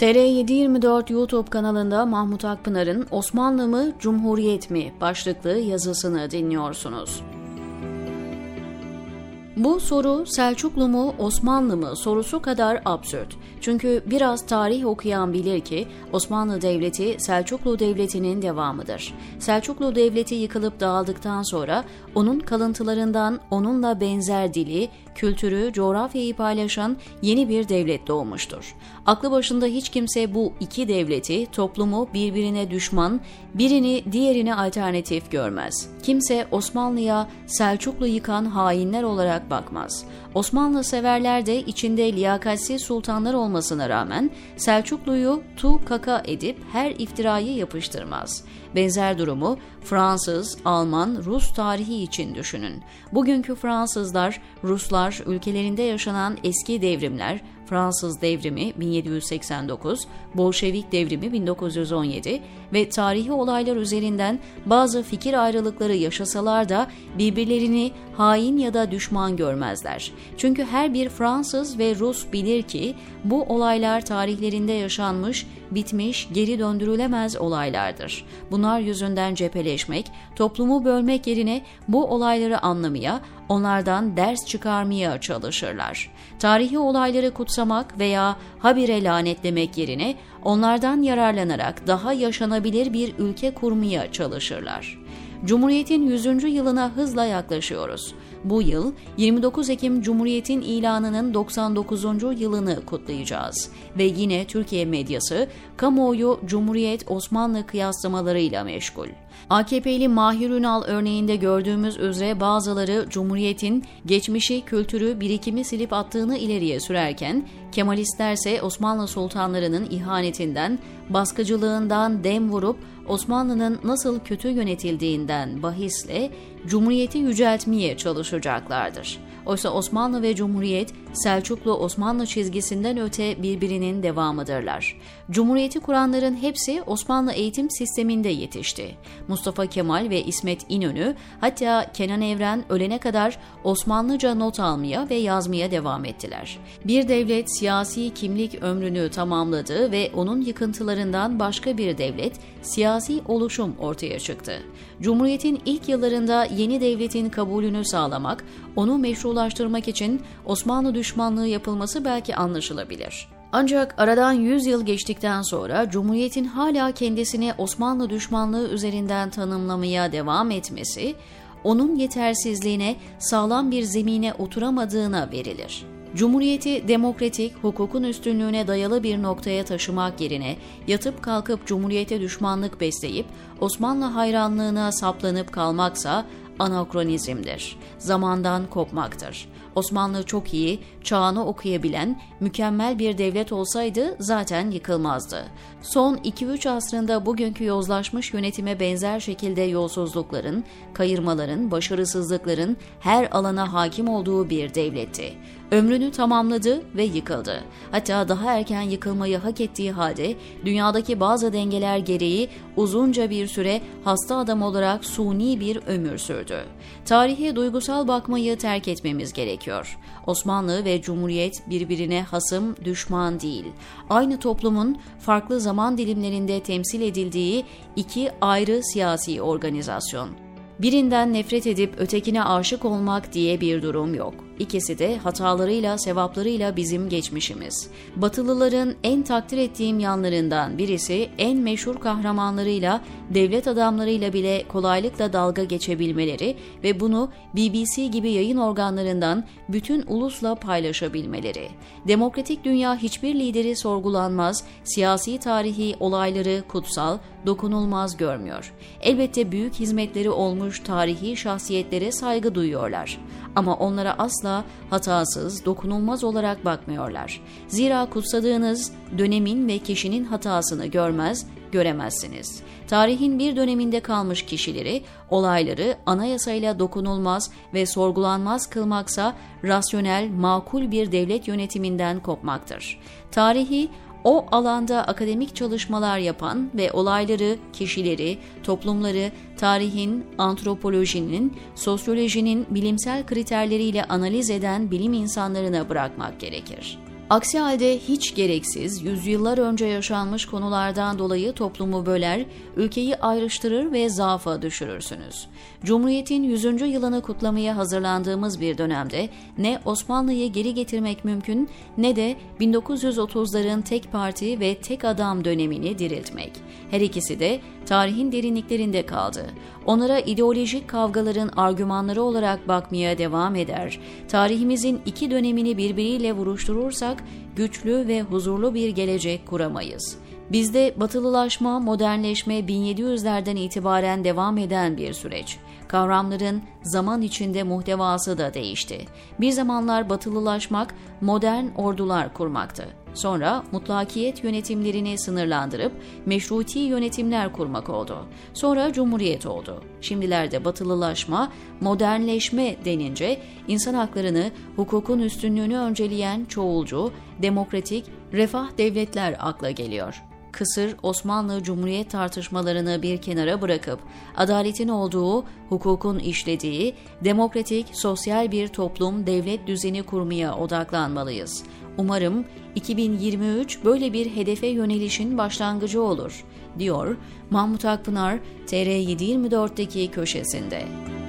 TR724 YouTube kanalında Mahmut Akpınar'ın "Osmanlı mı, Cumhuriyet mi?" başlıklı yazısını dinliyorsunuz. Bu soru Selçuklu mu, Osmanlı mı sorusu kadar absürt. Çünkü biraz tarih okuyan bilir ki Osmanlı Devleti Selçuklu Devleti'nin devamıdır. Selçuklu Devleti yıkılıp dağıldıktan sonra onun kalıntılarından onunla benzer dili, kültürü, coğrafyayı paylaşan yeni bir devlet doğmuştur. Aklı başında hiç kimse bu iki devleti, toplumu birbirine düşman, birini diğerine alternatif görmez. Kimse Osmanlı'ya Selçuklu yıkan hainler olarak bakmaz. Osmanlı severler de içinde liyakatsiz sultanlar olmasına rağmen Selçuklu'yu kaka edip her iftirayı yapıştırmaz. Benzer durumu Fransız, Alman, Rus tarihi için düşünün. Bugünkü Fransızlar, Ruslar, ülkelerinde yaşanan eski devrimler, Fransız devrimi 1789, Bolşevik devrimi 1917 ve tarihi olaylar üzerinden bazı fikir ayrılıkları yaşasalar da birbirlerini hain ya da düşman görmezler. Çünkü her bir Fransız ve Rus bilir ki bu olaylar tarihlerinde yaşanmış, bitmiş, geri döndürülemez olaylardır. Bunlar yüzünden cepheleşmek, toplumu bölmek yerine bu olayları anlamaya, onlardan ders çıkarmaya çalışırlar. Tarihi olayları kutsamak veya habire lanetlemek yerine onlardan yararlanarak daha yaşanabilir bir ülke kurmaya çalışırlar. Cumhuriyet'in 100. yılına hızla yaklaşıyoruz. Bu yıl 29 Ekim Cumhuriyet'in ilanının 99. yılını kutlayacağız. Ve yine Türkiye medyası, kamuoyu Cumhuriyet Osmanlı kıyaslamalarıyla meşgul. AKP'li Mahir Ünal örneğinde gördüğümüz üzere bazıları Cumhuriyet'in geçmişi, kültürü, birikimi silip attığını ileriye sürerken, Kemalistlerse Osmanlı sultanlarının ihanetinden, baskıcılığından dem vurup Osmanlı'nın nasıl kötü yönetildiğinden bahisle Cumhuriyet'i yüceltmeye çalışacaklardır. Oysa Osmanlı ve Cumhuriyet, Selçuklu-Osmanlı çizgisinden öte birbirinin devamıdırlar. Cumhuriyeti kuranların hepsi Osmanlı eğitim sisteminde yetişti. Mustafa Kemal ve İsmet İnönü, hatta Kenan Evren ölene kadar Osmanlıca not almaya ve yazmaya devam ettiler. Bir devlet siyasi kimlik ömrünü tamamladı ve onun yıkıntılarından başka bir devlet, siyasi oluşum ortaya çıktı. Cumhuriyetin ilk yıllarında yeni devletin kabulünü sağlamak, onu meşrulaştırmak için Osmanlı düşmanlığı yapılması belki anlaşılabilir. Ancak aradan 100 yıl geçtikten sonra Cumhuriyet'in hala kendisini Osmanlı düşmanlığı üzerinden tanımlamaya devam etmesi, onun yetersizliğine, sağlam bir zemine oturamadığına verilir. Cumhuriyeti demokratik, hukukun üstünlüğüne dayalı bir noktaya taşımak yerine yatıp kalkıp Cumhuriyete düşmanlık besleyip Osmanlı hayranlığına saplanıp kalmaksa anakronizmdir, zamandan kopmaktır. Osmanlı çok iyi, çağını okuyabilen, mükemmel bir devlet olsaydı zaten yıkılmazdı. Son 2-3 asrında bugünkü yozlaşmış yönetime benzer şekilde yolsuzlukların, kayırmaların, başarısızlıkların her alana hakim olduğu bir devletti. Ömrünü tamamladı ve yıkıldı. Hatta daha erken yıkılmayı hak ettiği halde dünyadaki bazı dengeler gereği uzunca bir süre hasta adam olarak suni bir ömür sürdü. Tarihe duygusal bakmayı terk etmemiz gerekiyor. Osmanlı ve Cumhuriyet birbirine hasım, düşman değil. Aynı toplumun farklı zaman dilimlerinde temsil edildiği iki ayrı siyasi organizasyon. Birinden nefret edip ötekine aşık olmak diye bir durum yok. İkisi de hatalarıyla, sevaplarıyla bizim geçmişimiz. Batılıların en takdir ettiğim yanlarından birisi en meşhur kahramanlarıyla, devlet adamlarıyla bile kolaylıkla dalga geçebilmeleri ve bunu BBC gibi yayın organlarından bütün ulusla paylaşabilmeleri. Demokratik dünya hiçbir lideri sorgulanmaz, siyasi tarihi olayları kutsal, dokunulmaz görmüyor. Elbette büyük hizmetleri olmuş tarihi şahsiyetlere saygı duyuyorlar. Ama onlara asla hatasız, dokunulmaz olarak bakmıyorlar. Zira kutsadığınız dönemin ve kişinin hatasını göremezsiniz. Tarihin bir döneminde kalmış kişileri, olayları anayasayla dokunulmaz ve sorgulanmaz kılmaksa rasyonel, makul bir devlet yönetiminden kopmaktır. Tarihi, o alanda akademik çalışmalar yapan ve olayları, kişileri, toplumları tarihin, antropolojinin, sosyolojinin bilimsel kriterleriyle analiz eden bilim insanlarına bırakmak gerekir. Aksi halde hiç gereksiz, yüzyıllar önce yaşanmış konulardan dolayı toplumu böler, ülkeyi ayrıştırır ve zaafa düşürürsünüz. Cumhuriyet'in 100. yılını kutlamaya hazırlandığımız bir dönemde ne Osmanlı'yı geri getirmek mümkün ne de 1930'ların tek parti ve tek adam dönemini diriltmek. Her ikisi de tarihin derinliklerinde kaldı. Onlara ideolojik kavgaların argümanları olarak bakmaya devam eder. Tarihimizin iki dönemini birbiriyle vuruşturursak güçlü ve huzurlu bir gelecek kuramayız. Bizde batılılaşma, modernleşme 1700'lerden itibaren devam eden bir süreç. Kavramların zaman içinde muhtevası da değişti. Bir zamanlar batılılaşmak, modern ordular kurmaktı. Sonra mutlakiyet yönetimlerini sınırlandırıp meşruti yönetimler kurmak oldu. Sonra cumhuriyet oldu. Şimdilerde batılılaşma, modernleşme denince insan haklarını, hukukun üstünlüğünü önceleyen çoğulcu, demokratik, refah devletler akla geliyor. Kısır Osmanlı-Cumhuriyet tartışmalarını bir kenara bırakıp adaletin olduğu, hukukun işlediği, demokratik, sosyal bir toplum, devlet düzeni kurmaya odaklanmalıyız. Umarım 2023 böyle bir hedefe yönelişin başlangıcı olur, diyor Mahmut Akpınar TR724'deki köşesinde.